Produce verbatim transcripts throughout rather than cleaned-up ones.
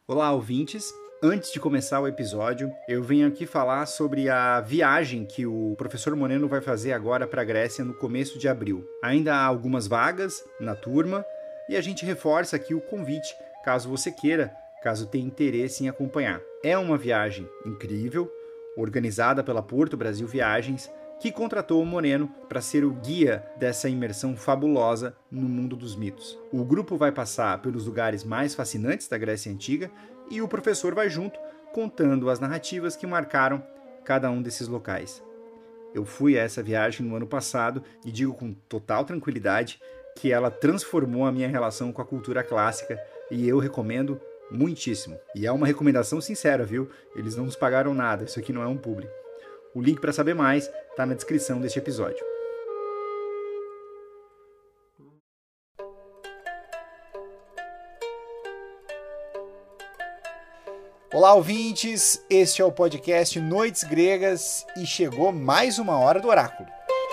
Olá, ouvintes! Antes de começar o episódio, eu venho aqui falar sobre a viagem que o professor Moreno vai fazer agora para a Grécia no começo de abril. Ainda há algumas vagas na turma e a gente reforça aqui o convite, caso você queira, caso tenha interesse em acompanhar. É uma viagem incrível, organizada pela Porto Brasil Viagens, que contratou o Moreno para ser o guia dessa imersão fabulosa no mundo dos mitos. O grupo vai passar pelos lugares mais fascinantes da Grécia Antiga e o professor vai junto, contando as narrativas que marcaram cada um desses locais. Eu fui a essa viagem no ano passado e digo com total tranquilidade que ela transformou a minha relação com a cultura clássica e eu recomendo muitíssimo. E é uma recomendação sincera, viu? Eles não nos pagaram nada, isso aqui não é um publi. O link para saber mais está na descrição deste episódio. Olá, ouvintes! Este é o podcast Noites Gregas e chegou mais uma hora do oráculo.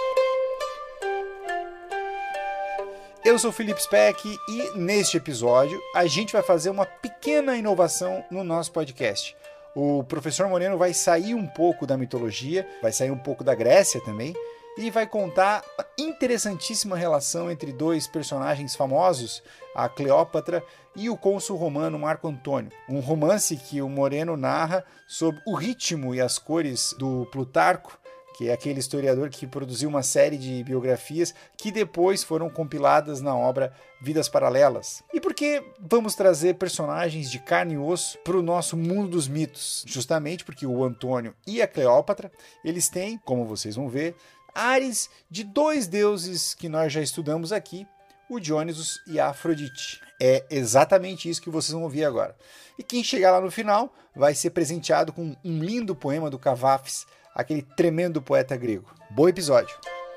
Eu sou Felipe Speck e neste episódio a gente vai fazer uma pequena inovação no nosso podcast. O professor Moreno vai sair um pouco da mitologia, vai sair um pouco da Grécia também, e vai contar a interessantíssima relação entre dois personagens famosos, a Cleópatra e o cônsul romano Marco Antônio. Um romance que o Moreno narra sob o ritmo e as cores do Plutarco, que é aquele historiador que produziu uma série de biografias que depois foram compiladas na obra Vidas Paralelas. E por que vamos trazer personagens de carne e osso para o nosso mundo dos mitos? Justamente porque o Antônio e a Cleópatra, eles têm, como vocês vão ver, ares de dois deuses que nós já estudamos aqui, o Dionisos e a Afrodite. É exatamente isso que vocês vão ouvir agora. E quem chegar lá no final vai ser presenteado com um lindo poema do Cavafis, aquele tremendo poeta grego. Bom episódio!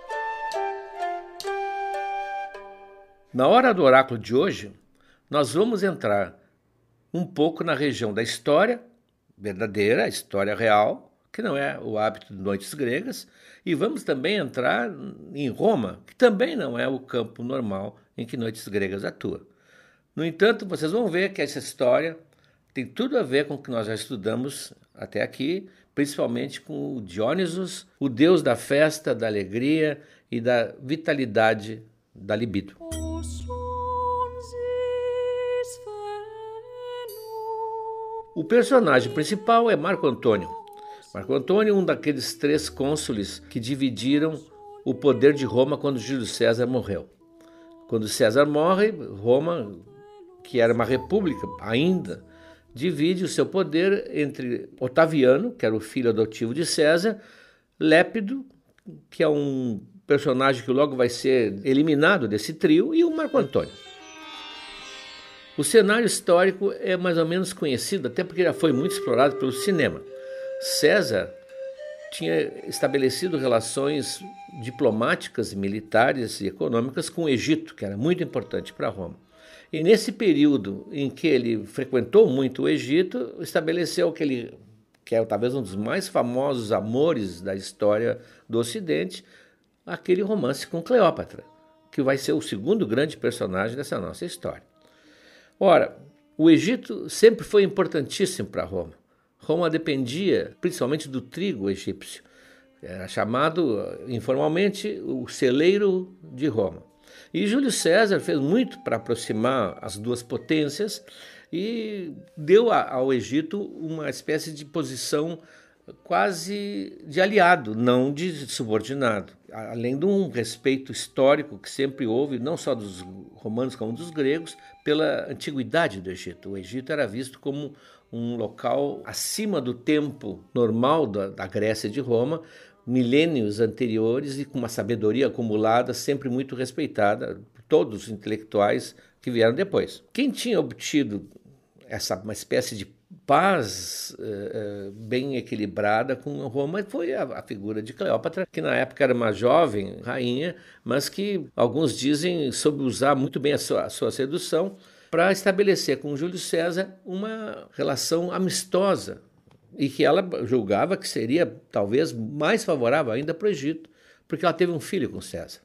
Na hora do oráculo de hoje, nós vamos entrar um pouco na região da história verdadeira, a história real, que não é o hábito de Noites Gregas, e vamos também entrar em Roma, que também não é o campo normal em que Noites Gregas atua. No entanto, vocês vão ver que essa história tem tudo a ver com o que nós já estudamos até aqui, principalmente com o Dionisos, o deus da festa, da alegria e da vitalidade da libido. O personagem principal é Marco Antônio. Marco Antônio é um daqueles três cônsules que dividiram o poder de Roma quando Júlio César morreu. Quando César morre, Roma, que era uma república ainda, divide o seu poder entre Otaviano, que era o filho adotivo de César, Lépido, que é um personagem que logo vai ser eliminado desse trio, e o Marco Antônio. O cenário histórico é mais ou menos conhecido, até porque já foi muito explorado pelo cinema. César tinha estabelecido relações diplomáticas, militares e econômicas com o Egito, que era muito importante para Roma. E nesse período em que ele frequentou muito o Egito, estabeleceu aquele, que é talvez um dos mais famosos amores da história do Ocidente, aquele romance com Cleópatra, que vai ser o segundo grande personagem dessa nossa história. Ora, o Egito sempre foi importantíssimo para Roma. Roma dependia principalmente do trigo egípcio. Era chamado informalmente o celeiro de Roma. E Júlio César fez muito para aproximar as duas potências e deu ao Egito uma espécie de posição quase de aliado, não de subordinado. Além de um respeito histórico que sempre houve, não só dos romanos como dos gregos, pela antiguidade do Egito. O Egito era visto como um local acima do tempo normal da, da Grécia e de Roma, milênios anteriores e com uma sabedoria acumulada sempre muito respeitada por todos os intelectuais que vieram depois. Quem tinha obtido essa uma espécie de paz uh, bem equilibrada com Roma foi a, a figura de Cleópatra, que na época era uma jovem rainha, mas que alguns dizem soube usar muito bem a sua, a sua sedução para estabelecer com Júlio César uma relação amistosa e que ela julgava que seria talvez mais favorável ainda para o Egito, porque ela teve um filho com César.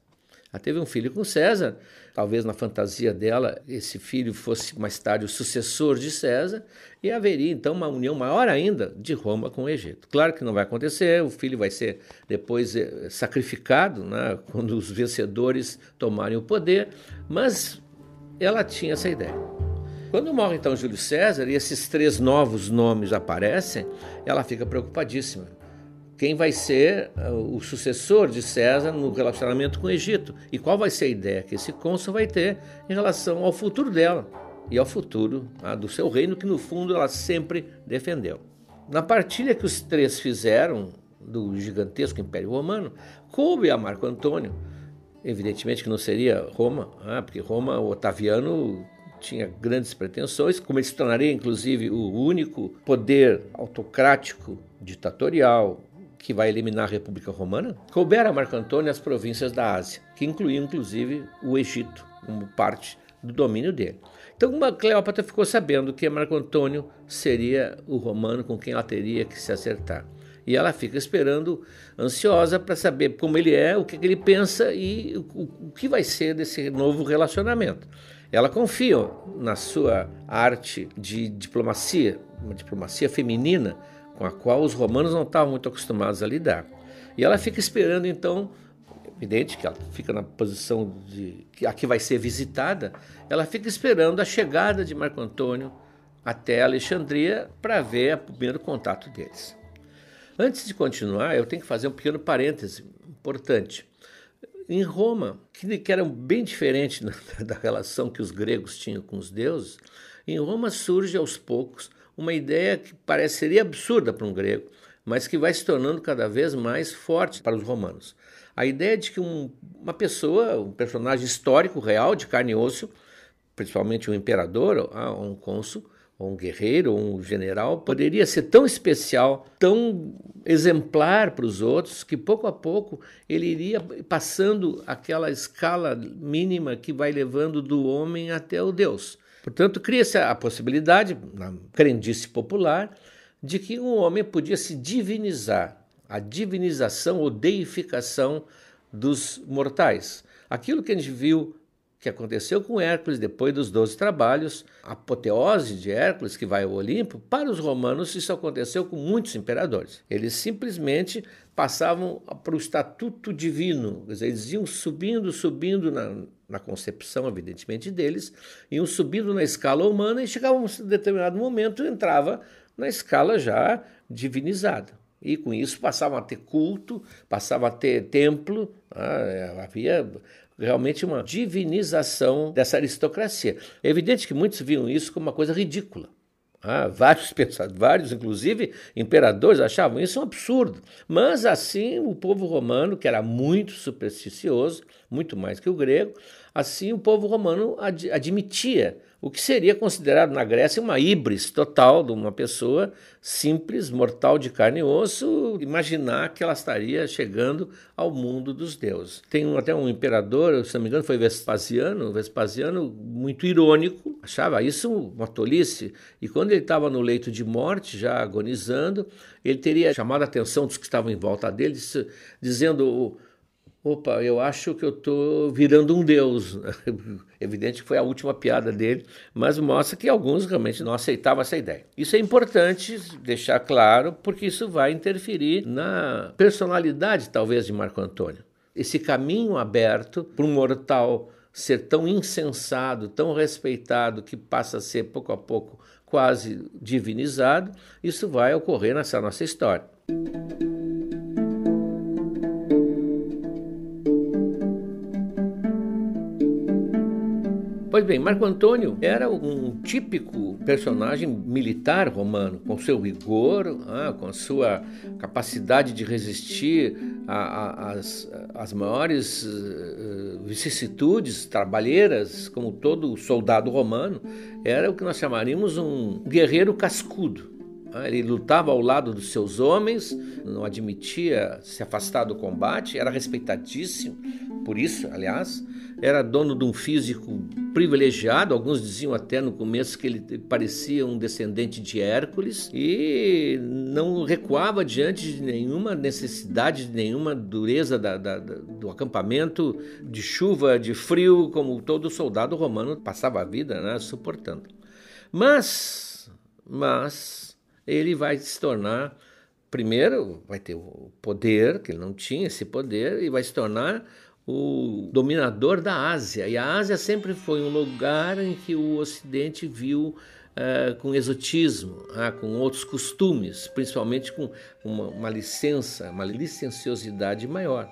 Ela teve um filho com César, talvez na fantasia dela esse filho fosse mais tarde o sucessor de César, e haveria então uma união maior ainda de Roma com o Egito. Claro que não vai acontecer, o filho vai ser depois sacrificado, né, quando os vencedores tomarem o poder, mas ela tinha essa ideia. Quando morre então Júlio César e esses três novos nomes aparecem, ela fica preocupadíssima. Quem vai ser o sucessor de César no relacionamento com o Egito? E qual vai ser a ideia que esse cônsul vai ter em relação ao futuro dela e ao futuro ah, do seu reino, que no fundo ela sempre defendeu. Na partilha que os três fizeram do gigantesco Império Romano, coube a Marco Antônio, evidentemente que não seria Roma, ah, porque Roma, o Otaviano tinha grandes pretensões, como ele se tornaria inclusive o único poder autocrático, ditatorial, que vai eliminar a República Romana, coubera a Marco Antônio as províncias da Ásia, que incluíam inclusive o Egito, como parte do domínio dele. Então uma Cleópatra ficou sabendo que Marco Antônio seria o romano com quem ela teria que se acertar. E ela fica esperando, ansiosa, para saber como ele é, o que ele pensa e o, o que vai ser desse novo relacionamento. Ela confia na sua arte de diplomacia, uma diplomacia feminina, com a qual os romanos não estavam muito acostumados a lidar. E ela fica esperando, então, evidente que ela fica na posição de que aqui vai ser visitada, ela fica esperando a chegada de Marco Antônio até Alexandria para ver o primeiro contato deles. Antes de continuar, eu tenho que fazer um pequeno parêntese importante. Em Roma, que era bem diferente da relação que os gregos tinham com os deuses, em Roma surge aos poucos uma ideia que pareceria absurda para um grego, mas que vai se tornando cada vez mais forte para os romanos. A ideia de que um, uma pessoa, um personagem histórico, real, de carne e osso, principalmente um imperador, ou um cônsul, ou um guerreiro, ou um general, poderia ser tão especial, tão exemplar para os outros, que pouco a pouco ele iria passando aquela escala mínima que vai levando do homem até o Deus. Portanto, cria-se a possibilidade, na crendice popular, de que um homem podia se divinizar, a divinização ou deificação dos mortais. Aquilo que a gente viu que aconteceu com Hércules depois dos doze trabalhos, a apoteose de Hércules, que vai ao Olimpo, para os romanos isso aconteceu com muitos imperadores. Eles simplesmente passavam para o estatuto divino, quer dizer, eles iam subindo, subindo na, na concepção, evidentemente, deles, iam subindo na escala humana e chegavam a um determinado momento, entrava na escala já divinizada. E com isso passavam a ter culto, passavam a ter templo, ah, havia realmente uma divinização dessa aristocracia. É evidente que muitos viam isso como uma coisa ridícula. Ah, vários, vários, inclusive imperadores, achavam isso um absurdo. Mas assim o povo romano, que era muito supersticioso, muito mais que o grego, assim o povo romano ad, admitia o que seria considerado na Grécia uma híbris total de uma pessoa simples, mortal de carne e osso, imaginar que ela estaria chegando ao mundo dos deuses. Tem um, até um imperador, se não me engano foi Vespasiano, Vespasiano muito irônico, achava isso uma tolice, e quando ele estava no leito de morte, já agonizando, ele teria chamado a atenção dos que estavam em volta dele, dizendo: opa, eu acho que eu estou virando um deus. Evidente que foi a última piada dele, mas mostra que alguns realmente não aceitavam essa ideia. Isso é importante deixar claro, porque isso vai interferir na personalidade, talvez, de Marco Antônio. Esse caminho aberto para um mortal ser tão insensado, tão respeitado, que passa a ser, pouco a pouco, quase divinizado, isso vai ocorrer nessa nossa história. Pois bem, Marco Antônio era um típico personagem militar romano, com seu rigor, ah, com a sua capacidade de resistir às maiores uh, vicissitudes trabalheiras, como todo soldado romano. Era o que nós chamaríamos um guerreiro cascudo. Ah, ele lutava ao lado dos seus homens, não admitia se afastar do combate, era respeitadíssimo, por isso, aliás, era dono de um físico privilegiado. Alguns diziam até no começo que ele parecia um descendente de Hércules e não recuava diante de nenhuma necessidade, de nenhuma dureza da, da, da, do acampamento, de chuva, de frio, como todo soldado romano passava a vida, né, suportando. Mas, mas ele vai se tornar, primeiro vai ter o poder, que ele não tinha esse poder, e vai se tornar o dominador da Ásia. E a Ásia sempre foi um lugar em que o Ocidente viu uh, com exotismo, uh, com outros costumes, principalmente com uma, uma licença, uma licenciosidade maior.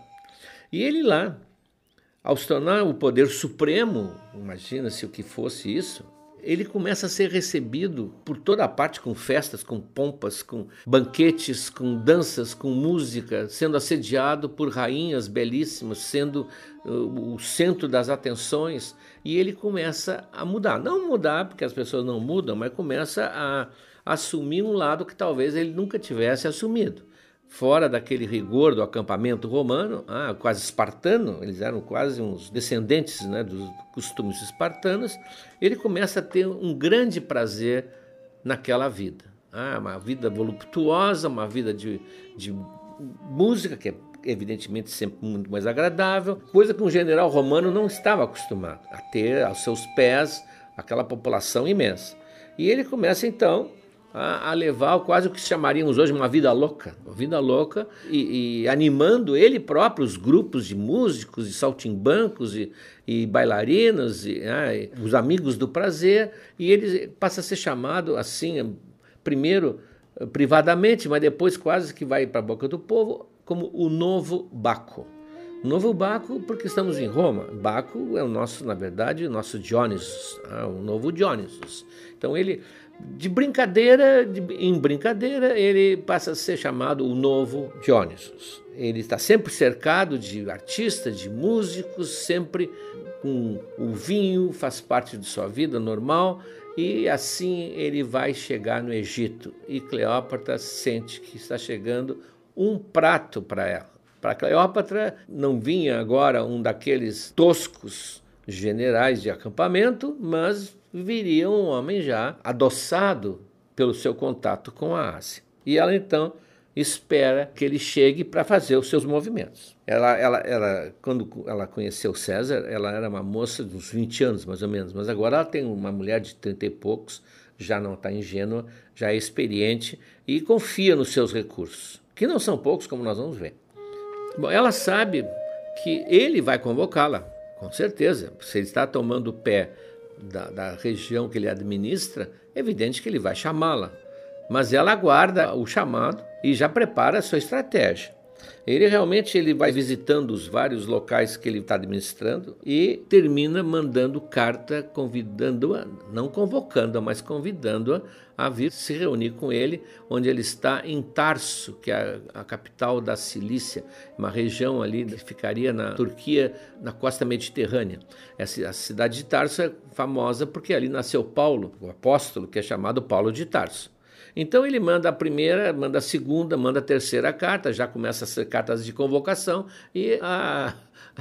E ele lá, ao se tornar o poder supremo, imagina-se o que fosse isso, ele começa a ser recebido por toda a parte com festas, com pompas, com banquetes, com danças, com música, sendo assediado por rainhas belíssimas, sendo uh, o centro das atenções, e ele começa a mudar. Não mudar, porque as pessoas não mudam, mas começa a, a assumir um lado que talvez ele nunca tivesse assumido. Fora daquele rigor do acampamento romano, ah, quase espartano, eles eram quase uns descendentes, né, dos costumes espartanos, ele começa a ter um grande prazer naquela vida. Ah, uma vida voluptuosa, uma vida de, de música, que é evidentemente sempre muito mais agradável, coisa que um general romano não estava acostumado a ter aos seus pés aquela população imensa. E ele começa então a levar quase o que chamaríamos hoje uma vida louca, uma vida louca, e, e animando ele próprio os grupos de músicos, e saltimbancos, e, e bailarinos, e, ah, e os amigos do prazer, e ele passa a ser chamado assim, primeiro privadamente, mas depois quase que vai para a boca do povo, como o novo Baco. O novo Baco, porque estamos em Roma. Baco é o nosso, na verdade, o nosso Dionysus, ah, o novo Dionysus. Então ele, de brincadeira de, em brincadeira, ele passa a ser chamado o novo Dionysus. Ele está sempre cercado de artistas, de músicos, sempre com o vinho, faz parte de sua vida normal, e assim ele vai chegar no Egito. E Cleópatra sente que está chegando um prato para ela. Para Cleópatra não vinha agora um daqueles toscos generais de acampamento, mas viria um homem já adoçado pelo seu contato com a Ásia. E ela então espera que ele chegue para fazer os seus movimentos. Ela, ela, ela, quando ela conheceu César, ela era uma moça de uns vinte anos, mais ou menos, mas agora ela tem uma mulher de trinta e poucos, já não está ingênua, já é experiente e confia nos seus recursos, que não são poucos, como nós vamos ver. Bom, ela sabe que ele vai convocá-la, com certeza. Se ele está tomando pé da, da região que ele administra, é evidente que ele vai chamá-la. Mas ela aguarda o chamado e já prepara a sua estratégia. Ele realmente ele vai visitando os vários locais que ele está administrando e termina mandando carta convidando-a, não convocando-a, mas convidando-a a vir se reunir com ele, onde ele está em Tarso, que é a, a capital da Cilícia, uma região ali que ficaria na Turquia, na costa mediterrânea. Essa, a cidade de Tarso é famosa porque ali nasceu Paulo, o apóstolo, que é chamado Paulo de Tarso. Então ele manda a primeira, manda a segunda, manda a terceira carta, já começa a ser cartas de convocação e a,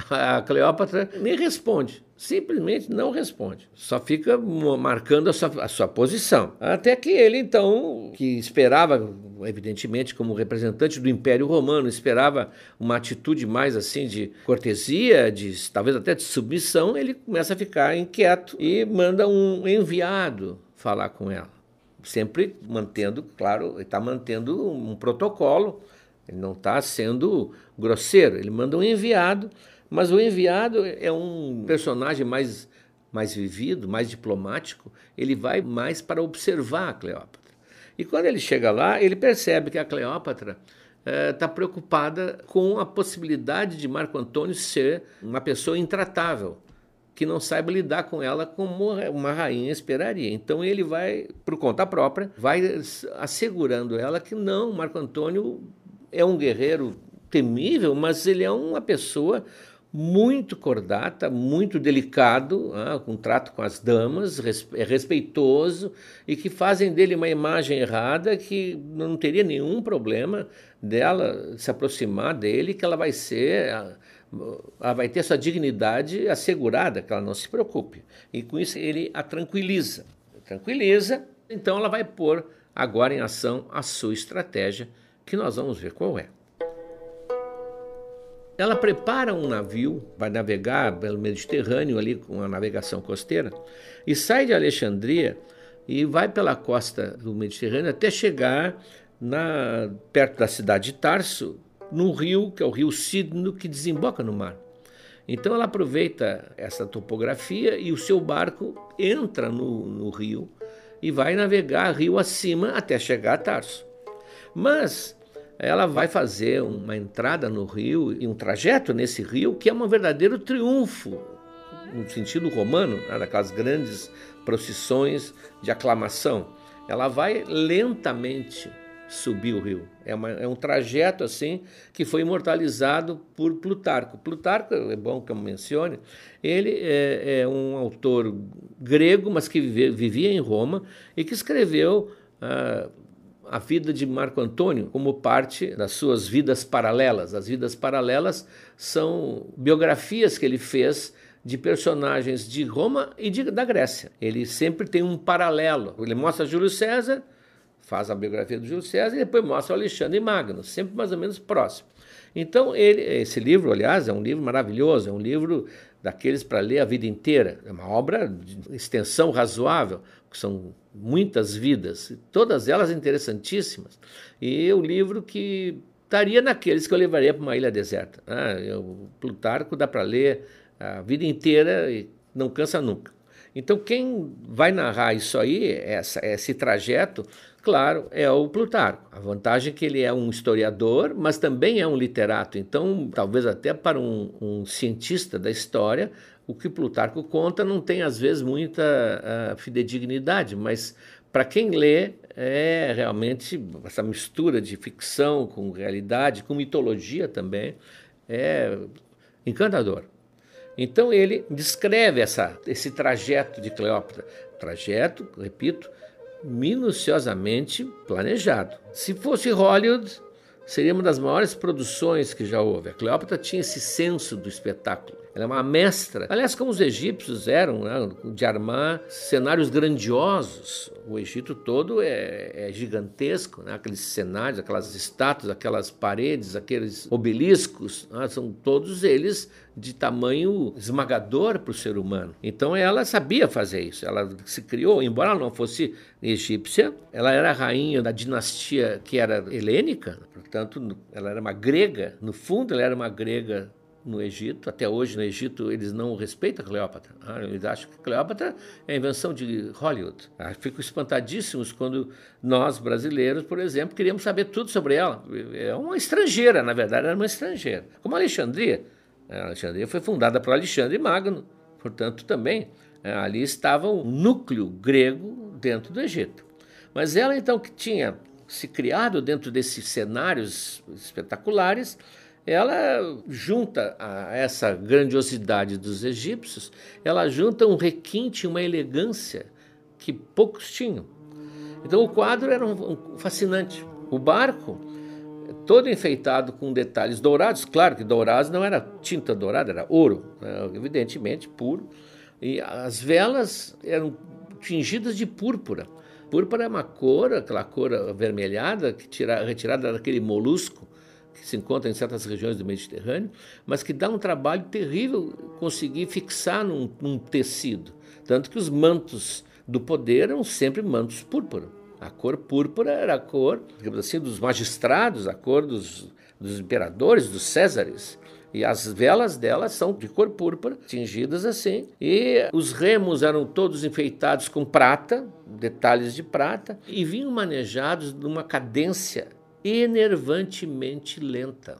a Cleópatra nem responde, simplesmente não responde, só fica marcando a sua, a sua posição. Até que ele então, que esperava, evidentemente como representante do Império Romano, esperava uma atitude mais assim de cortesia, de, talvez até de submissão, ele começa a ficar inquieto e manda um enviado falar com ela. Sempre mantendo, claro, ele está mantendo um protocolo, ele não está sendo grosseiro, ele manda um enviado, mas o enviado é um personagem mais, mais vivido, mais diplomático, ele vai mais para observar a Cleópatra. E quando ele chega lá, ele percebe que a Cleópatra está eh, preocupada com a possibilidade de Marco Antônio ser uma pessoa intratável, que não saiba lidar com ela como uma rainha esperaria. Então ele vai, por conta própria, vai assegurando ela que não, Marco Antônio é um guerreiro temível, mas ele é uma pessoa muito cordata, muito delicado, ah, com trato com as damas, é respeitoso, e que fazem dele uma imagem errada que não teria nenhum problema dela se aproximar dele, que ela vai ser ela vai ter sua dignidade assegurada, que ela não se preocupe. E com isso ele a tranquiliza. Tranquiliza, então ela vai pôr agora em ação a sua estratégia, que nós vamos ver qual é. Ela prepara um navio, vai navegar pelo Mediterrâneo ali com a navegação costeira, e sai de Alexandria e vai pela costa do Mediterrâneo até chegar na, perto da cidade de Tarso, num rio, que é o rio Cídno, que desemboca no mar. Então ela aproveita essa topografia e o seu barco entra no, no rio e vai navegar rio acima até chegar a Tarso. Mas ela vai fazer uma entrada no rio e um trajeto nesse rio que é um verdadeiro triunfo, no sentido romano, né, daquelas grandes procissões de aclamação. Ela vai lentamente subir o rio. É, uma, é um trajeto assim que foi imortalizado por Plutarco. Plutarco, é bom que eu mencione, ele é, é um autor grego, mas que vive, vivia em Roma e que escreveu ah, a vida de Marco Antônio como parte das suas vidas paralelas. As vidas paralelas são biografias que ele fez de personagens de Roma e de, da Grécia. Ele sempre tem um paralelo. Ele mostra Júlio César, faz a biografia do Júlio César e depois mostra o Alexandre Magno, sempre mais ou menos próximo. Então, ele, esse livro, aliás, é um livro maravilhoso, é um livro daqueles para ler a vida inteira. É uma obra de extensão razoável, que são muitas vidas, todas elas interessantíssimas. E é um livro que estaria naqueles que eu levaria para uma ilha deserta. Ah, o Plutarco dá para ler a vida inteira e não cansa nunca. Então, quem vai narrar isso aí, essa, esse trajeto, claro, é o Plutarco. A vantagem é que ele é um historiador, mas também é um literato. Então, talvez até para um, um cientista da história, o que Plutarco conta não tem, às vezes, muita uh, fidedignidade, mas para quem lê, é realmente essa mistura de ficção com realidade, com mitologia também, é encantador. Então ele descreve essa, esse trajeto de Cleópatra, trajeto, repito, minuciosamente planejado. Se fosse Hollywood, seria uma das maiores produções que já houve. A Cleópatra tinha esse senso do espetáculo. Ela é uma mestra, aliás, como os egípcios eram, né, de armar cenários grandiosos. O Egito todo é, é gigantesco, né? Aqueles cenários, aquelas estátuas, aquelas paredes, aqueles obeliscos, né? São todos eles de tamanho esmagador para o ser humano. Então ela sabia fazer isso, ela se criou, embora ela não fosse egípcia, ela era a rainha da dinastia que era helênica, portanto ela era uma grega, no fundo ela era uma grega no Egito. Até hoje no Egito eles não respeitam a Cleópatra, eles acham que Cleópatra é a invenção de Hollywood. Ficam espantadíssimos quando nós brasileiros, por exemplo, queríamos saber tudo sobre ela. É uma estrangeira, na verdade, era uma estrangeira, como a Alexandria. A Alexandria foi fundada por Alexandre Magno, portanto também ali estava um núcleo grego dentro do Egito. Mas ela então, que tinha se criado dentro desses cenários espetaculares, ela junta a essa grandiosidade dos egípcios, ela junta um requinte, uma elegância que poucos tinham. Então o quadro era um, um fascinante. O barco, todo enfeitado com detalhes dourados, claro que dourados não era tinta dourada, era ouro, evidentemente puro, e as velas eram tingidas de púrpura. Púrpura é uma cor, aquela cor avermelhada, que tira, retirada daquele molusco que se encontra em certas regiões do Mediterrâneo, mas que dá um trabalho terrível conseguir fixar num, num tecido. Tanto que os mantos do poder eram sempre mantos púrpura. A cor púrpura era a cor, digamos assim, dos magistrados, a cor dos, dos imperadores, dos césares. E as velas delas são de cor púrpura, tingidas assim. E os remos eram todos enfeitados com prata, detalhes de prata, e vinham manejados numa cadência enervantemente lenta.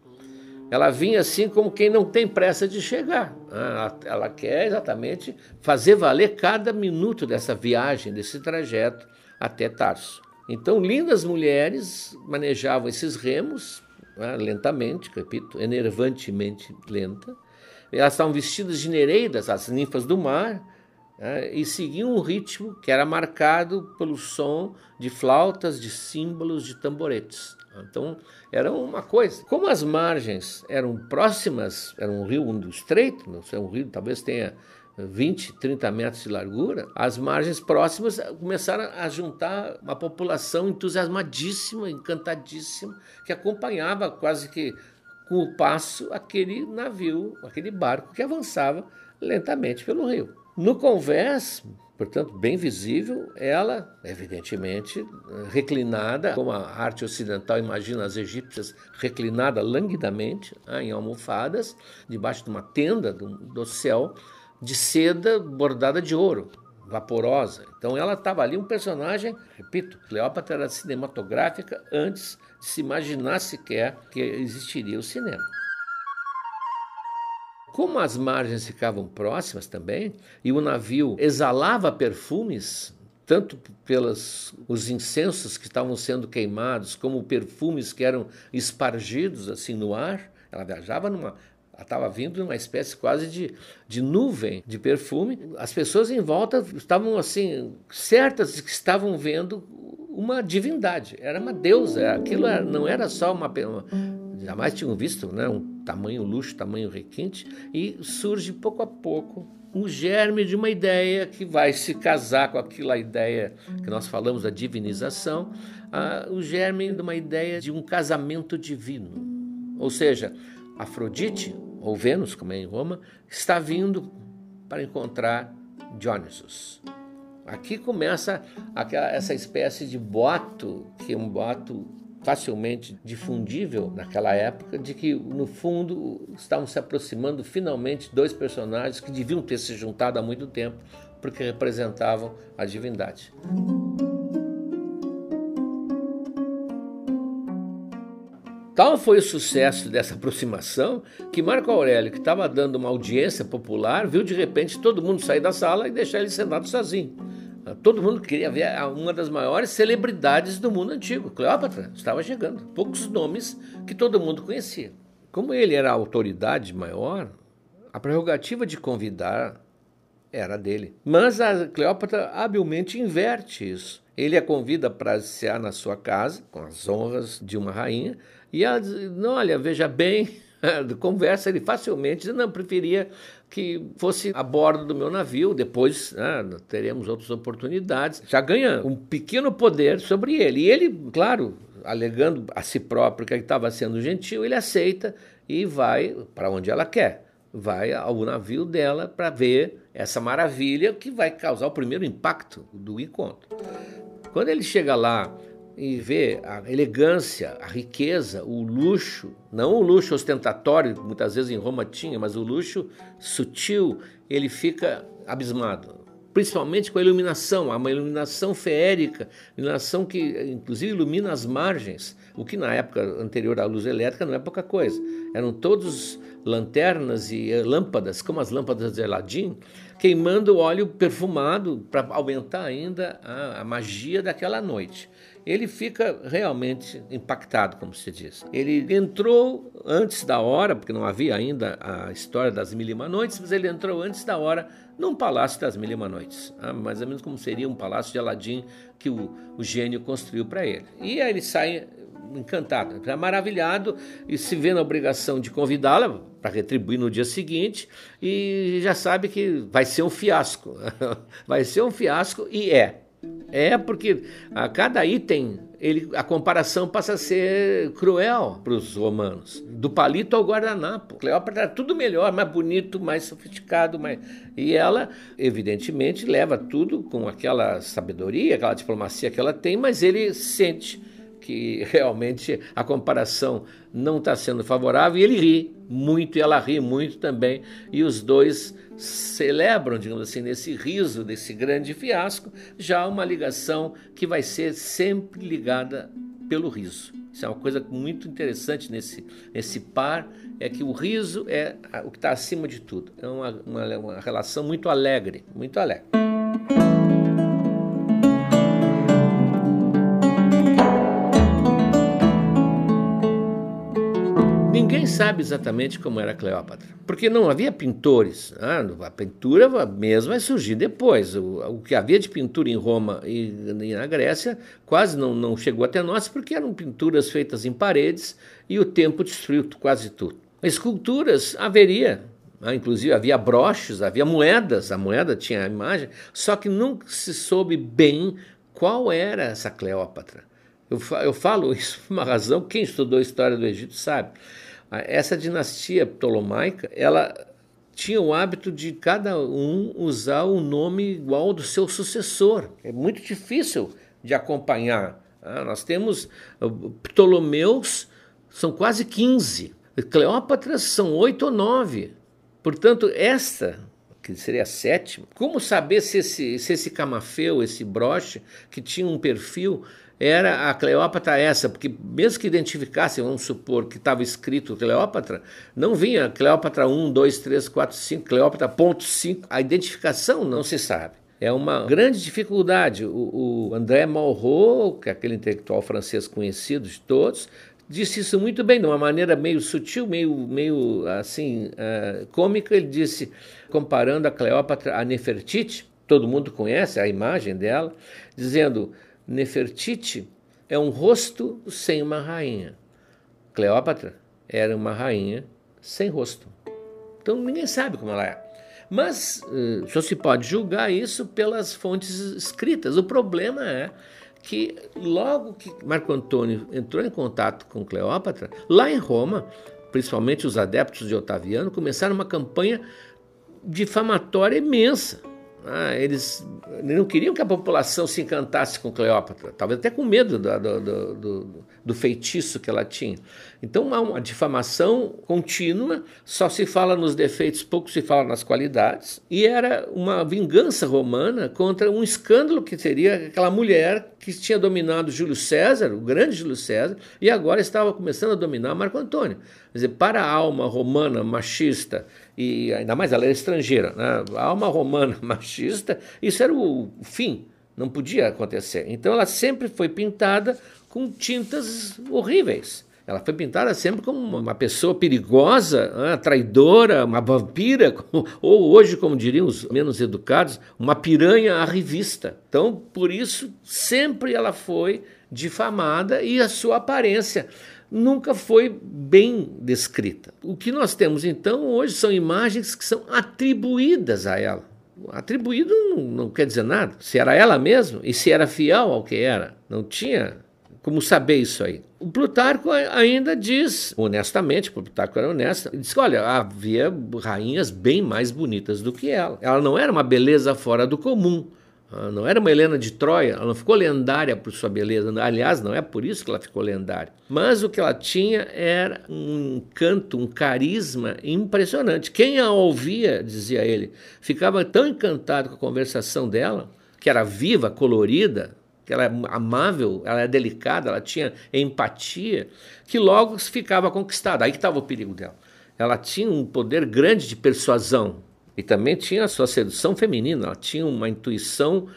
Ela vinha assim como quem não tem pressa de chegar. Ela, ela quer exatamente fazer valer cada minuto dessa viagem, desse trajeto até Tarso. Então, lindas mulheres manejavam esses remos, né, lentamente, repito, enervantemente lenta. Elas estavam vestidas de nereidas, as ninfas do mar, né, e seguiam um ritmo que era marcado pelo som de flautas, de símbolos, de tamboretes. Então, era uma coisa. Como as margens eram próximas, era um rio um estreito, não sei, um rio talvez tenha vinte, trinta metros de largura, as margens próximas começaram a juntar uma população entusiasmadíssima, encantadíssima, que acompanhava quase que com o passo aquele navio, aquele barco que avançava lentamente pelo rio. No convés, portanto, bem visível, ela, evidentemente, reclinada, como a arte ocidental imagina as egípcias, reclinada languidamente, né, em almofadas, debaixo de uma tenda do, do céu, de seda bordada de ouro, vaporosa. Então ela estava ali um personagem, repito, Cleópatra era cinematográfica antes de se imaginar sequer que existiria o cinema. Como as margens ficavam próximas também, e o navio exalava perfumes, tanto pelos os incensos que estavam sendo queimados, como perfumes que eram espargidos assim no ar, ela viajava numa... Ela estava vindo numa espécie quase de, de nuvem de perfume. As pessoas em volta estavam assim certas de que estavam vendo uma divindade. Era uma deusa. Aquilo era, não era só uma, uma... Jamais tinham visto, né, um tamanho luxo, tamanho requinte. E surge pouco a pouco um germe de uma ideia que vai se casar com aquela ideia que nós falamos da divinização. Ah, o germe de uma ideia de um casamento divino. Ou seja, Afrodite, ou Vênus, como é em Roma, está vindo para encontrar Dionysos. Aqui começa aquela, essa espécie de boato, que é um boato facilmente difundível naquela época, de que, no fundo, estavam se aproximando finalmente dois personagens que deviam ter se juntado há muito tempo, porque representavam a divindade. Tal foi o sucesso dessa aproximação que Marco Aurélio, que estava dando uma audiência popular, viu de repente todo mundo sair da sala e deixar ele sentado sozinho. Todo mundo queria ver uma das maiores celebridades do mundo antigo. Cleópatra estava chegando. Poucos nomes que todo mundo conhecia. Como ele era a autoridade maior, a prerrogativa de convidar era dele. Mas a Cleópatra habilmente inverte isso. Ele a convida para passear na sua casa, com as honras de uma rainha, e ela diz, não, olha, veja bem, conversa, ele facilmente diz, não, preferia que fosse a bordo do meu navio, depois né, teremos outras oportunidades. Já ganha um pequeno poder sobre ele. E ele, claro, alegando a si próprio que ele estava sendo gentil, ele aceita e vai para onde ela quer. Vai ao navio dela para ver essa maravilha que vai causar o primeiro impacto do encontro. Quando ele chega lá e vê a elegância, a riqueza, o luxo, não o luxo ostentatório, que muitas vezes em Roma tinha, mas o luxo sutil, ele fica abismado. Principalmente com a iluminação, há uma iluminação feérica, iluminação que inclusive ilumina as margens, o que na época anterior à luz elétrica não é pouca coisa. Eram todos lanternas e lâmpadas, como as lâmpadas de Aladim, queimando óleo perfumado para aumentar ainda a, a magia daquela noite. Ele fica realmente impactado, como se diz. Ele entrou antes da hora, porque não havia ainda a história das Mil e Uma Noites, mas ele entrou antes da hora num palácio das Mil e Uma Noites, né? Mais ou menos como seria um palácio de Aladim que o, o gênio construiu para ele. E aí ele sai encantado, maravilhado, e se vê na obrigação de convidá-la para retribuir no dia seguinte, e já sabe que vai ser um fiasco. Vai ser um fiasco, e é. É porque a cada item ele, a comparação passa a ser cruel para os romanos. Do palito ao guardanapo. Cleópatra era tudo melhor, mais bonito, mais sofisticado. Mais... E ela, evidentemente, leva tudo com aquela sabedoria, aquela diplomacia que ela tem, mas ele sente que realmente a comparação não está sendo favorável, e ele ri muito, e ela ri muito também, e os dois celebram, digamos assim, nesse riso desse grande fiasco, já uma ligação que vai ser sempre ligada pelo riso. Isso é uma coisa muito interessante nesse, nesse par, é que o riso é o que está acima de tudo. É uma, uma, uma relação muito alegre, muito alegre. Ninguém sabe exatamente como era Cleópatra, porque não havia pintores. Ah, a pintura mesmo vai surgir depois. O, o que havia de pintura em Roma e, e na Grécia quase não, não chegou até nós, porque eram pinturas feitas em paredes e o tempo destruiu quase tudo. Esculturas haveria, ah, inclusive havia broches, havia moedas, a moeda tinha a imagem, só que nunca se soube bem qual era essa Cleópatra. Eu, eu falo isso por uma razão, quem estudou a história do Egito sabe. Essa dinastia ptolomaica, ela tinha o hábito de cada um usar o nome igual ao do seu sucessor. É muito difícil de acompanhar. Ah, nós temos Ptolomeus, são quase quinze. Cleópatras são oito ou nove. Portanto, esta, que seria a sétima, como saber se esse, se esse camafeu, esse broche, que tinha um perfil, era a Cleópatra essa? Porque mesmo que identificasse, vamos supor que estava escrito Cleópatra, não vinha Cleópatra um, dois, três, quatro, cinco, Cleópatra ponto cinco. A identificação não se sabe. É uma grande dificuldade. O, o André Malraux, que é aquele intelectual francês conhecido de todos, disse isso muito bem, de uma maneira meio sutil, meio, meio assim, uh, cômica. Ele disse, comparando a Cleópatra a Nefertiti, todo mundo conhece a imagem dela, dizendo: Nefertiti é um rosto sem uma rainha. Cleópatra era uma rainha sem rosto. Então ninguém sabe como ela é. Mas uh, só se pode julgar isso pelas fontes escritas. O problema é que logo que Marco Antônio entrou em contato com Cleópatra, lá em Roma, principalmente os adeptos de Otaviano, começaram uma campanha difamatória imensa. Ah, eles não queriam que a população se encantasse com Cleópatra, talvez até com medo do, do, do, do feitiço que ela tinha. Então há uma difamação contínua, só se fala nos defeitos, pouco se fala nas qualidades, e era uma vingança romana contra um escândalo que seria aquela mulher que tinha dominado Júlio César, o grande Júlio César, e agora estava começando a dominar Marco Antônio. Quer dizer, para a alma romana machista, e ainda mais ela era estrangeira, né? A alma romana machista, isso era o fim, não podia acontecer. Então ela sempre foi pintada com tintas horríveis. Ela foi pintada sempre como uma pessoa perigosa, né? Traidora, uma vampira, como, ou hoje, como diriam os menos educados, uma piranha à revista. Então, por isso, sempre ela foi difamada e a sua aparência nunca foi bem descrita. O que nós temos, então, hoje são imagens que são atribuídas a ela. Atribuído não, não quer dizer nada. Se era ela mesma e se era fiel ao que era, não tinha como saber isso aí. O Plutarco ainda diz, honestamente, Plutarco era honesto, ele diz que, olha, havia rainhas bem mais bonitas do que ela. Ela não era uma beleza fora do comum. Não era uma Helena de Troia, ela não ficou lendária por sua beleza. Aliás, não é por isso que ela ficou lendária. Mas o que ela tinha era um encanto, um carisma impressionante. Quem a ouvia, dizia ele, ficava tão encantado com a conversação dela, que era viva, colorida, que ela era amável, ela era delicada, ela tinha empatia, que logo ficava conquistada. Aí que estava o perigo dela. Ela tinha um poder grande de persuasão. E também tinha a sua sedução feminina, ela tinha uma intuição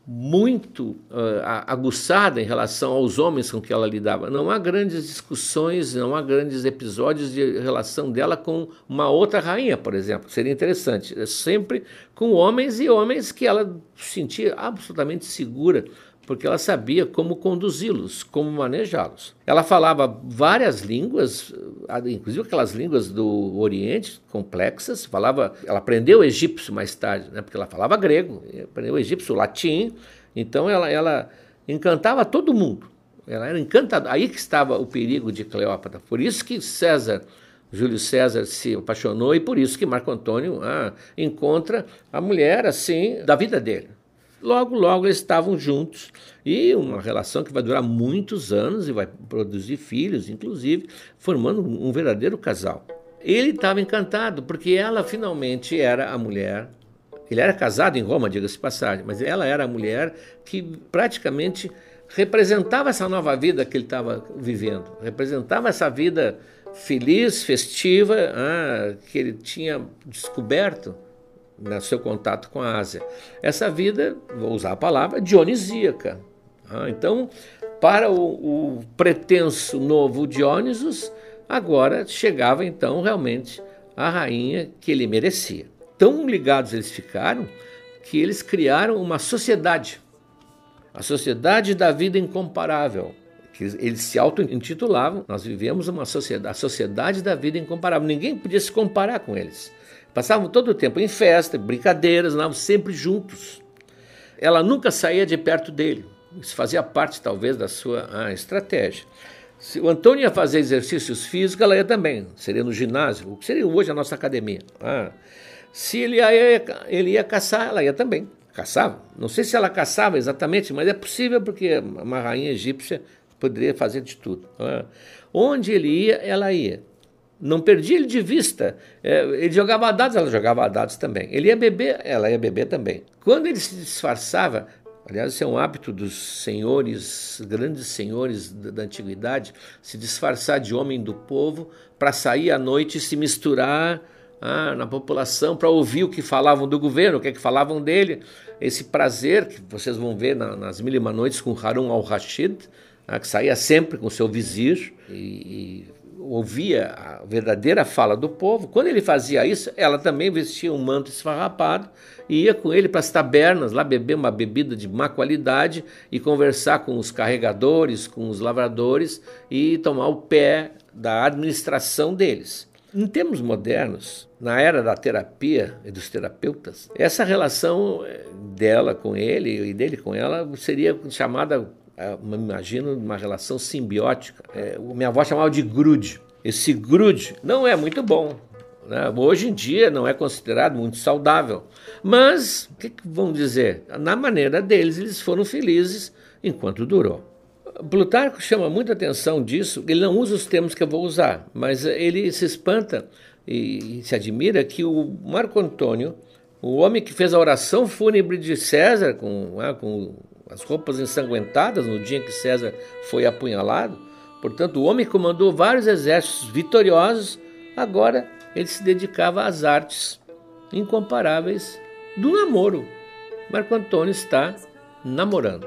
muito uh, aguçada em relação aos homens com que ela lidava. Não há grandes discussões, não há grandes episódios de relação dela com uma outra rainha, por exemplo. Seria interessante. É sempre com homens e homens que ela sentia absolutamente segura, porque ela sabia como conduzi-los, como manejá-los. Ela falava várias línguas, inclusive aquelas línguas do Oriente, complexas. Falava, ela aprendeu egípcio mais tarde, né, porque ela falava grego, aprendeu egípcio, latim. Então ela, ela encantava todo mundo. Ela era encantadora. Aí que estava o perigo de Cleópatra. Por isso que César, Júlio César se apaixonou e por isso que Marco Antônio ah, encontra a mulher assim da vida dele. Logo, logo eles estavam juntos e uma relação que vai durar muitos anos e vai produzir filhos, inclusive, formando um verdadeiro casal. Ele estava encantado porque ela finalmente era a mulher. Ele era casado em Roma, diga-se de passagem, mas ela era a mulher que praticamente representava essa nova vida que ele estava vivendo, representava essa vida feliz, festiva, ah, que ele tinha descoberto no seu contato com a Ásia. Essa vida, vou usar a palavra, dionisíaca. Ah, então, para o, o pretenso novo Diónisos, Agora chegava então realmente a rainha que ele merecia. Tão ligados eles ficaram que eles criaram uma sociedade, a Sociedade da Vida Incomparável, que eles se auto-intitulavam. Nós vivemos uma sociedade, a Sociedade da Vida Incomparável. Ninguém podia se comparar com eles. Passavam todo o tempo em festa, brincadeiras, andavam sempre juntos. Ela nunca saía de perto dele. Isso fazia parte, talvez, da sua ah, estratégia. Se o Antônio ia fazer exercícios físicos, ela ia também. Seria no ginásio, o que seria hoje a nossa academia. Ah. Se ele ia, ele ia caçar, ela ia também. Caçava. Não sei se ela caçava exatamente, mas é possível porque uma rainha egípcia poderia fazer de tudo. Ah. Onde ele ia, ela ia. Não perdia ele de vista. É, ele jogava dados, ela jogava dados também. Ele ia beber, ela ia beber também. Quando ele se disfarçava, aliás, esse é um hábito dos senhores, grandes senhores da, da antiguidade, se disfarçar de homem do povo para sair à noite e se misturar ah, na população, para ouvir o que falavam do governo, o que, é que falavam dele. Esse prazer que vocês vão ver na, nas Mil e Uma Noites com Harun al-Rashid, ah, que saía sempre com seu vizir e... e ouvia a verdadeira fala do povo. Quando ele fazia isso, ela também vestia um manto esfarrapado e ia com ele para as tabernas, lá beber uma bebida de má qualidade e conversar com os carregadores, com os lavradores e tomar o pé da administração deles. Em termos modernos, na era da terapia e dos terapeutas, essa relação dela com ele e dele com ela seria chamada, eu imagino, uma relação simbiótica. É, minha avó chamava de grude. Esse grude não é muito bom, né? Hoje em dia não é considerado muito saudável. Mas, o que, que vão dizer? Na maneira deles, eles foram felizes enquanto durou. Plutarco chama muita atenção disso. Ele não usa os termos que eu vou usar, mas ele se espanta e, e se admira que o Marco Antônio, o homem que fez a oração fúnebre de César com... Ah, com as roupas ensanguentadas no dia em que César foi apunhalado, portanto, o homem que comandou vários exércitos vitoriosos, agora ele se dedicava às artes incomparáveis do namoro. Marco Antônio está namorando.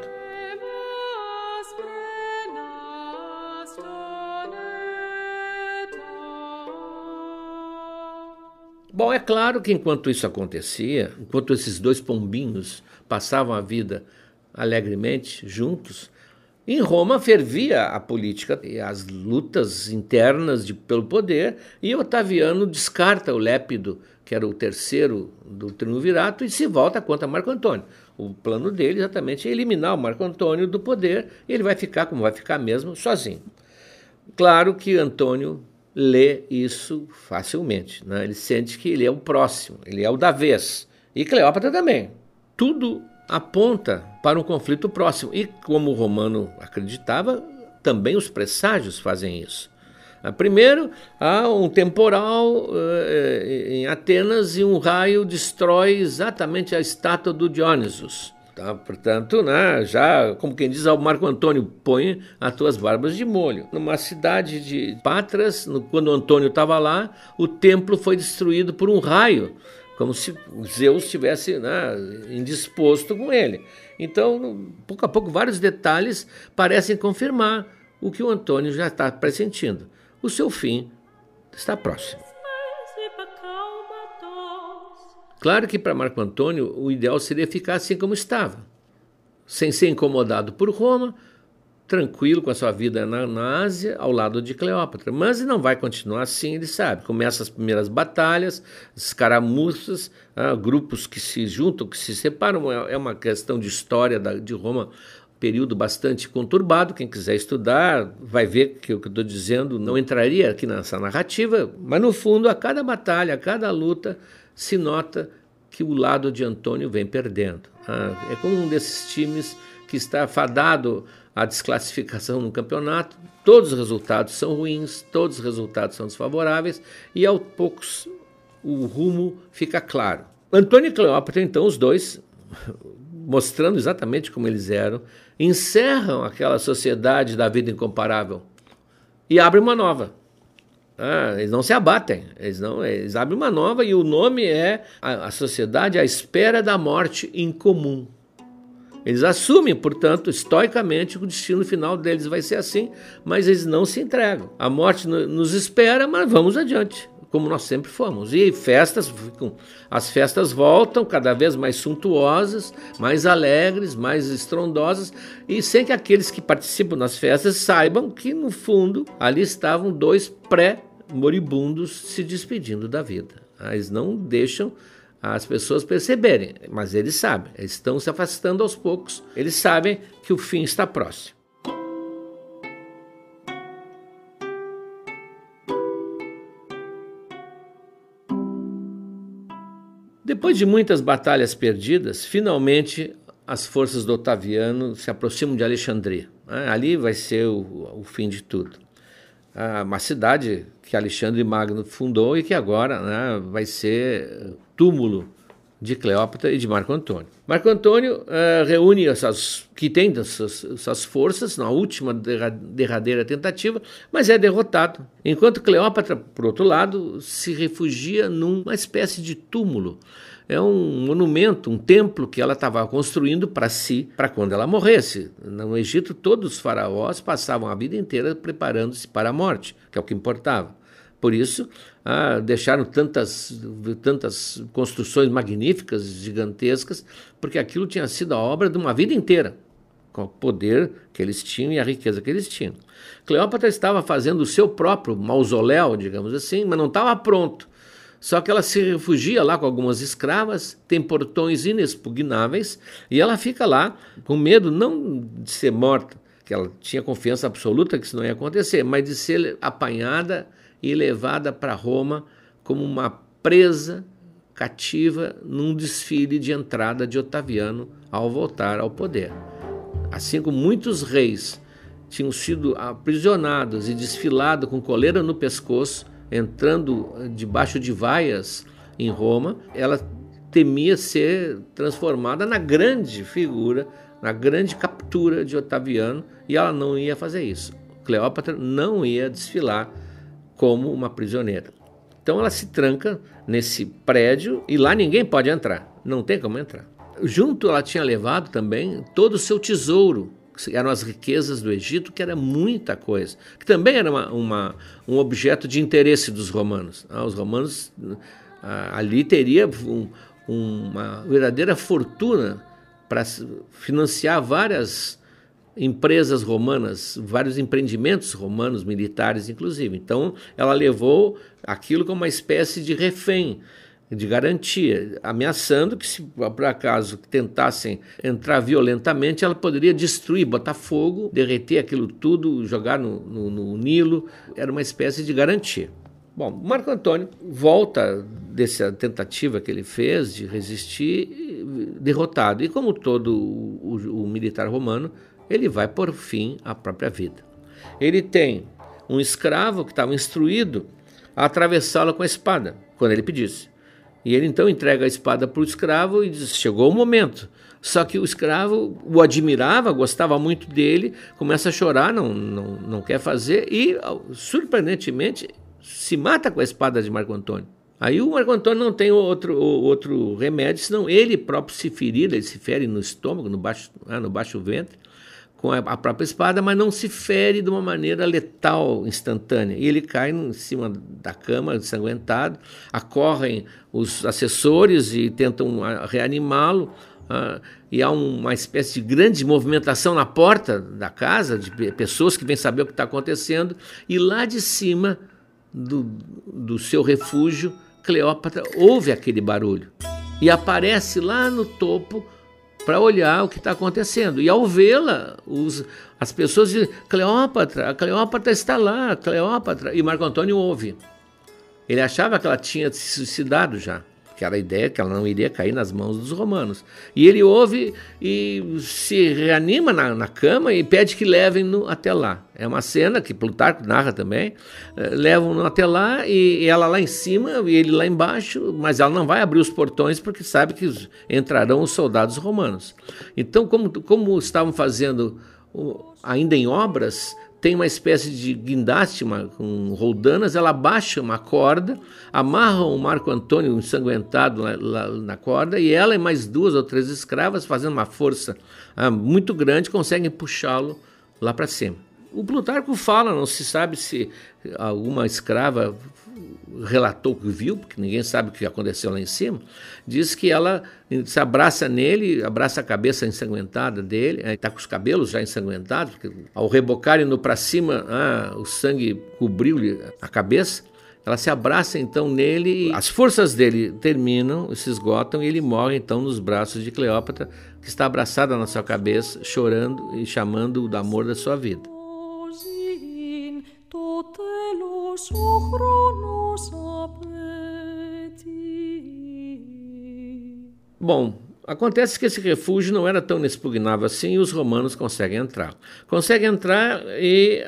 Bom, é claro que enquanto isso acontecia, enquanto esses dois pombinhos passavam a vida alegremente juntos, em Roma fervia a política e as lutas internas de, pelo poder, e Otaviano descarta o Lépido, que era o terceiro do triunvirato, e se volta contra Marco Antônio. O plano dele exatamente é eliminar o Marco Antônio do poder, e ele vai ficar, como vai ficar mesmo, sozinho. Claro que Antônio lê isso facilmente, né? Ele sente que ele é o próximo, ele é o da vez, e Cleópatra também. Tudo aponta para um conflito próximo. E como o Romano acreditava, também os presságios fazem isso. Primeiro, há um temporal uh, em Atenas e um raio destrói exatamente a estátua do Dionysus. Tá? Portanto, né, já, como quem diz, o Marco Antônio põe as tuas barbas de molho. Numa cidade de Patras, no, quando Antônio estava lá, o templo foi destruído por um raio, como se Zeus estivesse, né, indisposto com ele. Então, pouco a pouco, vários detalhes parecem confirmar o que o Antônio já está pressentindo. O seu fim está próximo. Claro que para Marco Antônio o ideal seria ficar assim como estava, sem ser incomodado por Roma, tranquilo com a sua vida na, na Ásia, ao lado de Cleópatra. Mas ele não vai continuar assim, ele sabe. Começa as primeiras batalhas, escaramuças, ah, grupos que se juntam, que se separam. É uma questão de história da, de Roma, período bastante conturbado. Quem quiser estudar vai ver que o que eu estou dizendo não entraria aqui nessa narrativa, mas no fundo, a cada batalha, a cada luta, se nota que o lado de Antônio vem perdendo. Ah, é como um desses times que está fadado à desclassificação no campeonato, todos os resultados são ruins, todos os resultados são desfavoráveis, e aos poucos o rumo fica claro. Antônio e Cleópatra, então, os dois, mostrando exatamente como eles eram, encerram aquela sociedade da vida incomparável e abrem uma nova. Ah, eles não se abatem, eles, não, eles abrem uma nova, e o nome é a, a Sociedade à Espera da Morte Incomum. Eles assumem, portanto, estoicamente, que o destino final deles vai ser assim, mas eles não se entregam. A morte nos espera, mas vamos adiante, como nós sempre fomos. E festas, as festas voltam cada vez mais suntuosas, mais alegres, mais estrondosas, e sem que aqueles que participam das festas saibam que, no fundo, ali estavam dois pré-moribundos se despedindo da vida. Eles não deixam as pessoas perceberem, mas eles sabem, eles estão se afastando aos poucos, eles sabem que o fim está próximo. Depois de muitas batalhas perdidas, finalmente as forças do Otaviano se aproximam de Alexandria. Ali vai ser o, o fim de tudo. Uma cidade que Alexandre Magno fundou e que agora, né, vai ser túmulo de Cleópatra e de Marco Antônio. Marco Antônio uh, reúne essas, que tem essas, essas forças na última derradeira tentativa, mas é derrotado. Enquanto Cleópatra, por outro lado, se refugia numa espécie de túmulo. É um monumento, um templo que ela estava construindo para si, para quando ela morresse. No Egito, todos os faraós passavam a vida inteira preparando-se para a morte, que é o que importava. Por isso, ah, deixaram tantas, tantas construções magníficas, gigantescas, porque aquilo tinha sido a obra de uma vida inteira, com o poder que eles tinham e a riqueza que eles tinham. Cleópatra estava fazendo o seu próprio mausoléu, digamos assim, mas não estava pronto. Só que ela se refugia lá com algumas escravas, tem portões inexpugnáveis, e ela fica lá com medo não de ser morta, que ela tinha confiança absoluta que isso não ia acontecer, mas de ser apanhada e levada para Roma como uma presa cativa num desfile de entrada de Otaviano ao voltar ao poder. Assim como muitos reis tinham sido aprisionados e desfilados com coleira no pescoço, entrando debaixo de vaias em Roma, ela temia ser transformada na grande figura, na grande captura de Otaviano, e ela não ia fazer isso. Cleópatra não ia desfilar como uma prisioneira. Então ela se tranca nesse prédio e lá ninguém pode entrar, não tem como entrar. Junto ela tinha levado também todo o seu tesouro, que eram as riquezas do Egito, que era muita coisa, que também era uma, uma, um objeto de interesse dos romanos. Ah, os romanos ah, ali teria um, uma verdadeira fortuna para financiar várias empresas romanas, vários empreendimentos romanos, militares inclusive. Então ela levou aquilo como uma espécie de refém, de garantia, ameaçando que se por acaso tentassem entrar violentamente, ela poderia destruir, botar fogo, derreter aquilo tudo, jogar no, no, no Nilo. Era uma espécie de garantia. Bom, Marco Antônio volta dessa tentativa que ele fez de resistir, derrotado. E como todo o, o, o militar romano, ele vai por fim à própria vida. Ele tem um escravo que estava instruído a atravessá-la com a espada, quando ele pedisse. E ele então entrega a espada para o escravo e diz, chegou o momento. Só que o escravo o admirava, gostava muito dele, começa a chorar, não, não, não quer fazer e, surpreendentemente, se mata com a espada de Marco Antônio. Aí o Marco Antônio não tem outro, outro remédio, senão ele próprio se ferir, ele se fere no estômago, no baixo, ah, no baixo ventre, com a própria espada, mas não se fere de uma maneira letal, instantânea. E ele cai em cima da cama, ensanguentado, acorrem os assessores e tentam reanimá-lo, uh, e há uma espécie de grande movimentação na porta da casa, de pessoas que vêm saber o que está acontecendo, e lá de cima do, do seu refúgio, Cleópatra ouve aquele barulho e aparece lá no topo para olhar o que está acontecendo. E ao vê-la, os, as pessoas dizem, Cleópatra, a Cleópatra está lá, Cleópatra. E Marco Antônio ouve. Ele achava que ela tinha se suicidado já, que era a ideia que ela não iria cair nas mãos dos romanos. E ele ouve e se reanima na, na cama e pede que levem-no até lá. É uma cena que Plutarco narra também. Levam-no até lá e, e ela lá em cima e ele lá embaixo, mas ela não vai abrir os portões porque sabe que entrarão os soldados romanos. Então, como, como estavam fazendo ainda em obras, tem uma espécie de guindaste uma, com roldanas, ela baixa uma corda, amarra o Marco Antônio ensanguentado lá, lá, na corda, e ela e mais duas ou três escravas, fazendo uma força ah, muito grande, conseguem puxá-lo lá para cima. O Plutarco fala, não se sabe se alguma escrava relatou que viu, porque ninguém sabe o que aconteceu lá em cima, diz que ela se abraça nele, abraça a cabeça ensanguentada dele, está com os cabelos já ensanguentados, porque ao rebocarem-no para cima, ah, o sangue cobriu-lhe a cabeça, ela se abraça então nele, as forças dele terminam, se esgotam, e ele morre então nos braços de Cleópatra, que está abraçada na sua cabeça, chorando e chamando o amor da sua vida. Bom, acontece que esse refúgio não era tão inexpugnável assim e os romanos conseguem entrar. Conseguem entrar e,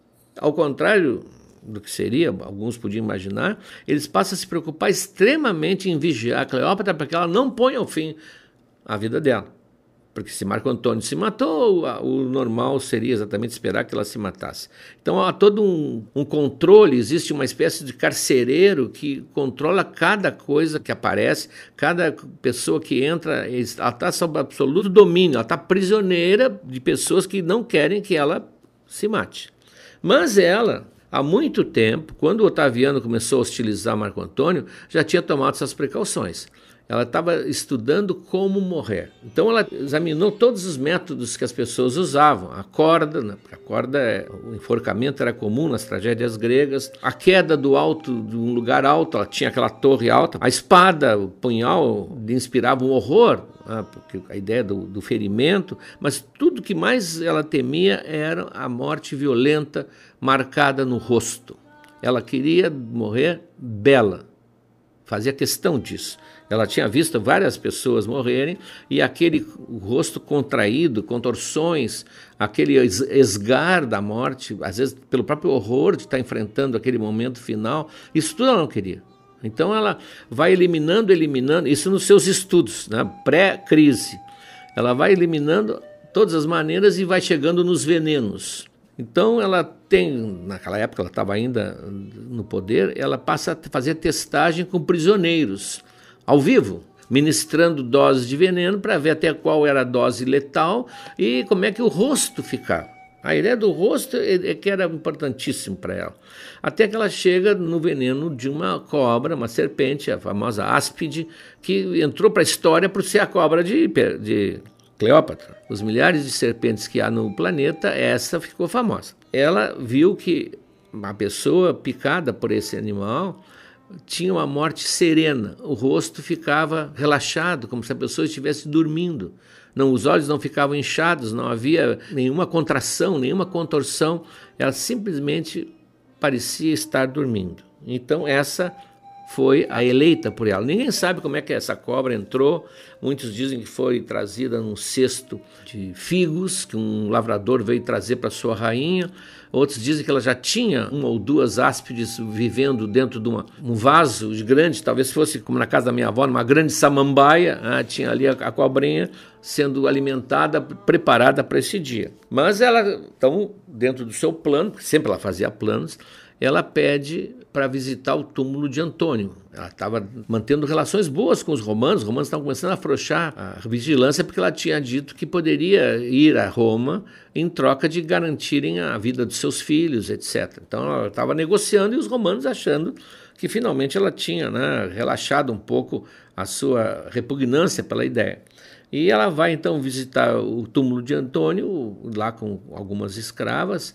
ao contrário do que seria, alguns podiam imaginar, eles passam a se preocupar extremamente em vigiar a Cleópatra para que ela não ponha ao fim a vida dela. Porque se Marco Antônio se matou, o normal seria exatamente esperar que ela se matasse. Então há todo um, um controle, existe uma espécie de carcereiro que controla cada coisa que aparece, cada pessoa que entra, ela está sob absoluto domínio, ela está prisioneira de pessoas que não querem que ela se mate. Mas ela, há muito tempo, quando o Otaviano começou a hostilizar Marco Antônio, já tinha tomado essas precauções. Ela estava estudando como morrer. Então ela examinou todos os métodos que as pessoas usavam. A corda, né? A corda, o enforcamento era comum nas tragédias gregas. A queda do alto, de um lugar alto, ela tinha aquela torre alta. A espada, o punhal, lhe inspirava um horror, né? Porque a ideia do, do ferimento. Mas tudo que mais ela temia era a morte violenta marcada no rosto. Ela queria morrer bela. Fazia questão disso. Ela tinha visto várias pessoas morrerem e aquele rosto contraído, contorções, aquele esgar da morte, às vezes pelo próprio horror de estar enfrentando aquele momento final, isso tudo ela não queria. Então ela vai eliminando, eliminando, isso nos seus estudos, né? Pré-crise. Ela vai eliminando todas as maneiras e vai chegando nos venenos. Então ela tem, naquela época ela estava ainda no poder, ela passa a fazer testagem com prisioneiros, ao vivo, ministrando doses de veneno para ver até qual era a dose letal e como é que o rosto ficava. A ideia do rosto é que era importantíssimo para ela. Até que ela chega no veneno de uma cobra, uma serpente, a famosa áspide, que entrou para a história por ser a cobra de, de Cleópatra. Os milhares de serpentes que há no planeta, essa ficou famosa. Ela viu que a pessoa picada por esse animal tinha uma morte serena, o rosto ficava relaxado, como se a pessoa estivesse dormindo. Não, os olhos não ficavam inchados, não havia nenhuma contração, nenhuma contorção, ela simplesmente parecia estar dormindo. Então essa foi a eleita por ela. Ninguém sabe como é que essa cobra entrou, muitos dizem que foi trazida num cesto de figos, que um lavrador veio trazer para sua rainha. Outros dizem que ela já tinha uma ou duas áspides vivendo dentro de uma, um vaso grande, talvez fosse como na casa da minha avó, numa grande samambaia, ah, tinha ali a, a cobrinha sendo alimentada, preparada para esse dia. Mas ela, então, dentro do seu plano, porque sempre ela fazia planos, ela pede para visitar o túmulo de Antônio. Ela estava mantendo relações boas com os romanos, os romanos estavam começando a afrouxar a vigilância porque ela tinha dito que poderia ir a Roma em troca de garantirem a vida dos seus filhos, etcétera. Então ela estava negociando e os romanos achando que finalmente ela tinha, né, relaxado um pouco a sua repugnância pela ideia. E ela vai então visitar o túmulo de Antônio, lá com algumas escravas,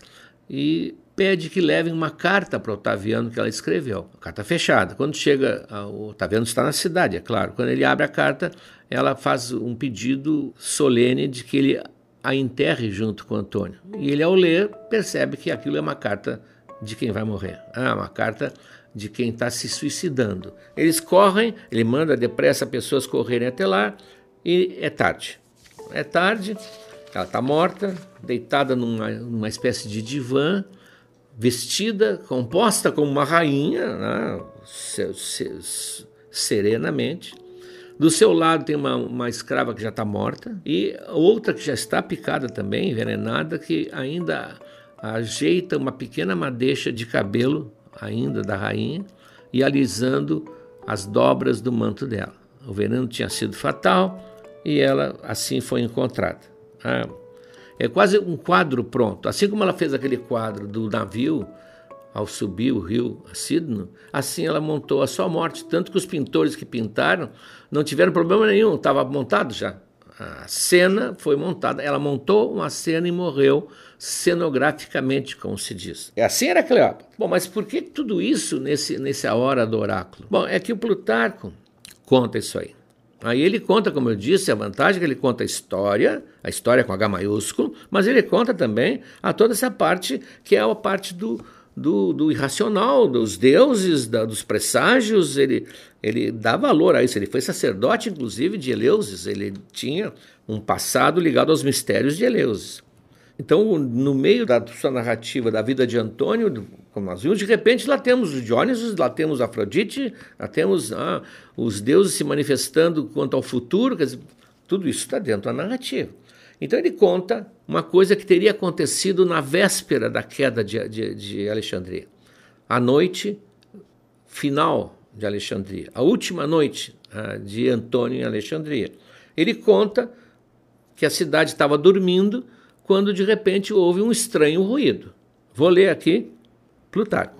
e pede que levem uma carta para Otaviano que ela escreveu, carta fechada. Quando chega, o Otaviano está na cidade, é claro. Quando ele abre a carta, ela faz um pedido solene de que ele a enterre junto com Antônio. E ele, ao ler, percebe que aquilo é uma carta de quem vai morrer. Ah, uma carta de quem está se suicidando. Eles correm, ele manda depressa pessoas correrem até lá e é tarde. É tarde, ela está morta, deitada numa, numa espécie de divã, vestida, composta como uma rainha, né, se, se, serenamente. Do seu lado tem uma, uma escrava que já está morta e outra que já está picada também, envenenada, que ainda ajeita uma pequena madeixa de cabelo ainda da rainha e alisando as dobras do manto dela. O veneno tinha sido fatal e ela assim foi encontrada. Ah, é quase um quadro pronto. Assim como ela fez aquele quadro do navio ao subir o rio Cídno, assim ela montou a sua morte, tanto que os pintores que pintaram não tiveram problema nenhum, estava montado já. A cena foi montada, ela montou uma cena e morreu cenograficamente, como se diz. E assim era Cleópatra. Bom, mas por que tudo isso nesse, nessa hora do oráculo? Bom, é que o Plutarco conta isso aí. Aí ele conta, como eu disse, a vantagem é que ele conta a história, a história com H maiúsculo, mas ele conta também a toda essa parte que é a parte do, do, do irracional, dos deuses, da, dos presságios. Ele, ele dá valor a isso. Ele foi sacerdote, inclusive, de Eleusis. Ele tinha um passado ligado aos mistérios de Eleusis. Então, no meio da sua narrativa da vida de Antônio, como nós vimos, de repente lá temos o Diónisos, lá temos Afrodite, lá temos ah, os deuses se manifestando quanto ao futuro, quer dizer, tudo isso está dentro da narrativa. Então ele conta uma coisa que teria acontecido na véspera da queda de, de, de Alexandria, a noite final de Alexandria, a última noite ah, de Antônio em Alexandria. Ele conta que a cidade estava dormindo quando de repente houve um estranho ruído. Vou ler aqui Plutarco.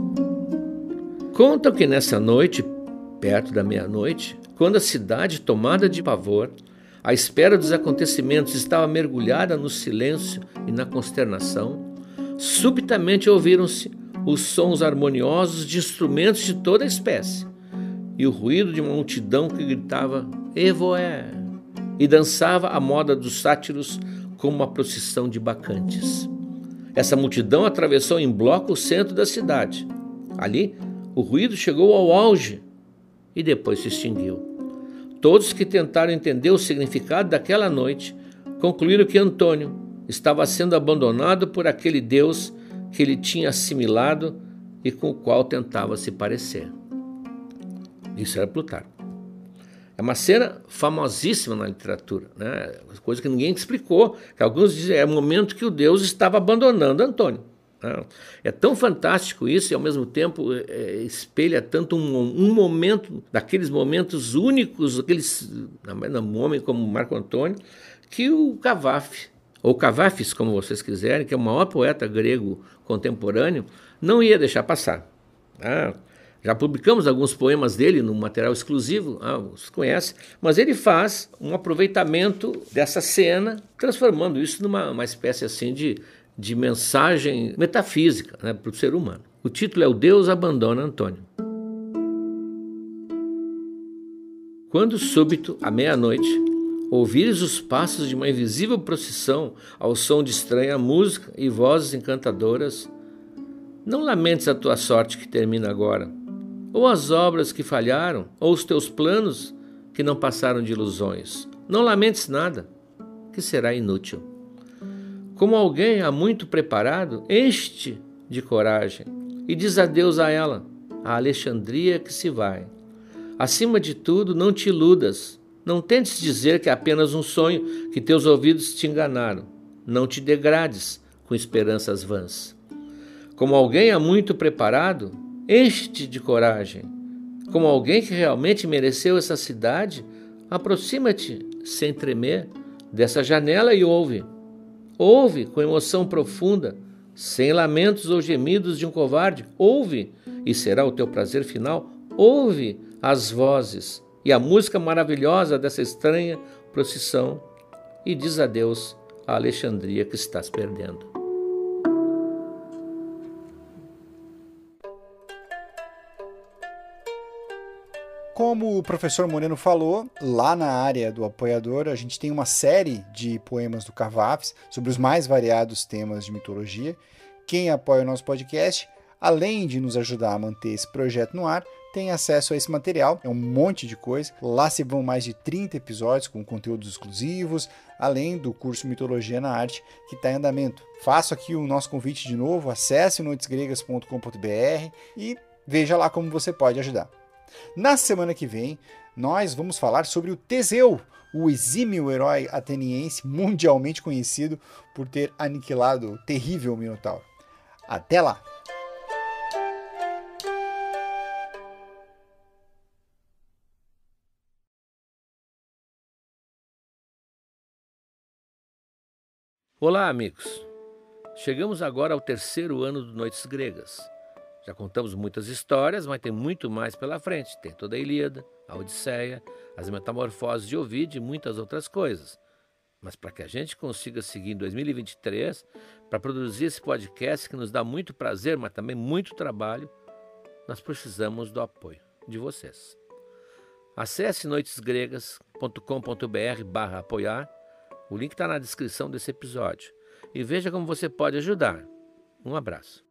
Conta que nessa noite, perto da meia-noite, quando a cidade, tomada de pavor, à espera dos acontecimentos, estava mergulhada no silêncio e na consternação, subitamente ouviram-se os sons harmoniosos de instrumentos de toda a espécie e o ruído de uma multidão que gritava Evoé e dançava à moda dos sátiros como uma procissão de bacantes. Essa multidão atravessou em bloco o centro da cidade. Ali, o ruído chegou ao auge e depois se extinguiu. Todos que tentaram entender o significado daquela noite concluíram que Antônio estava sendo abandonado por aquele Deus que ele tinha assimilado e com o qual tentava se parecer. Isso era Plutarco. É uma cena famosíssima na literatura, né? Coisa que ninguém explicou, que alguns dizem é o momento que o Deus estava abandonando Antônio. Né? É tão fantástico isso e ao mesmo tempo é, espelha tanto um, um momento, daqueles momentos únicos, aqueles, um homem como Marco Antônio, que o Cavafis, ou Cavafis, como vocês quiserem, que é o maior poeta grego contemporâneo, não ia deixar passar. Ah, já publicamos alguns poemas dele no material exclusivo, ah, vocês conhecem, mas ele faz um aproveitamento dessa cena, transformando isso numa uma espécie assim de, de mensagem metafísica, né, para o ser humano. O título é O Deus Abandona Antônio. Quando súbito, à meia-noite, ouvires os passos de uma invisível procissão ao som de estranha música e vozes encantadoras, não lamentes a tua sorte que termina agora, ou as obras que falharam, ou os teus planos que não passaram de ilusões. Não lamentes nada, que será inútil. Como alguém há muito preparado, enche-te de coragem e diz adeus a ela, a Alexandria que se vai. Acima de tudo, não te iludas. Não tentes dizer que é apenas um sonho, que teus ouvidos te enganaram. Não te degrades com esperanças vãs. Como alguém há muito preparado, enche-te de coragem. Como alguém que realmente mereceu essa cidade, aproxima-te, sem tremer, dessa janela e ouve. Ouve com emoção profunda, sem lamentos ou gemidos de um covarde. Ouve, e será o teu prazer final. Ouve as vozes e a música maravilhosa dessa estranha procissão e diz adeus à Alexandria que estás perdendo. Como o professor Moreno falou, lá na área do apoiador, a gente tem uma série de poemas do Cavafis sobre os mais variados temas de mitologia. Quem apoia o nosso podcast, além de nos ajudar a manter esse projeto no ar, tem acesso a esse material, é um monte de coisa. Lá se vão mais de trinta episódios com conteúdos exclusivos, além do curso Mitologia na Arte, que está em andamento. Faço aqui o nosso convite de novo, acesse noites gregas ponto com ponto b r e veja lá como você pode ajudar. Na semana que vem, nós vamos falar sobre o Teseu, o exímio herói ateniense mundialmente conhecido por ter aniquilado o terrível Minotauro. Até lá! Olá, amigos! Chegamos agora ao terceiro ano do Noites Gregas. Já contamos muitas histórias, mas tem muito mais pela frente. Tem toda a Ilíada, a Odisseia, as Metamorfoses de Ovídio e muitas outras coisas. Mas para que a gente consiga seguir em dois mil e vinte e três, para produzir esse podcast que nos dá muito prazer, mas também muito trabalho, nós precisamos do apoio de vocês. Acesse noitesgregas ponto com ponto br barra apoiar. O link está na descrição desse episódio. E veja como você pode ajudar. Um abraço.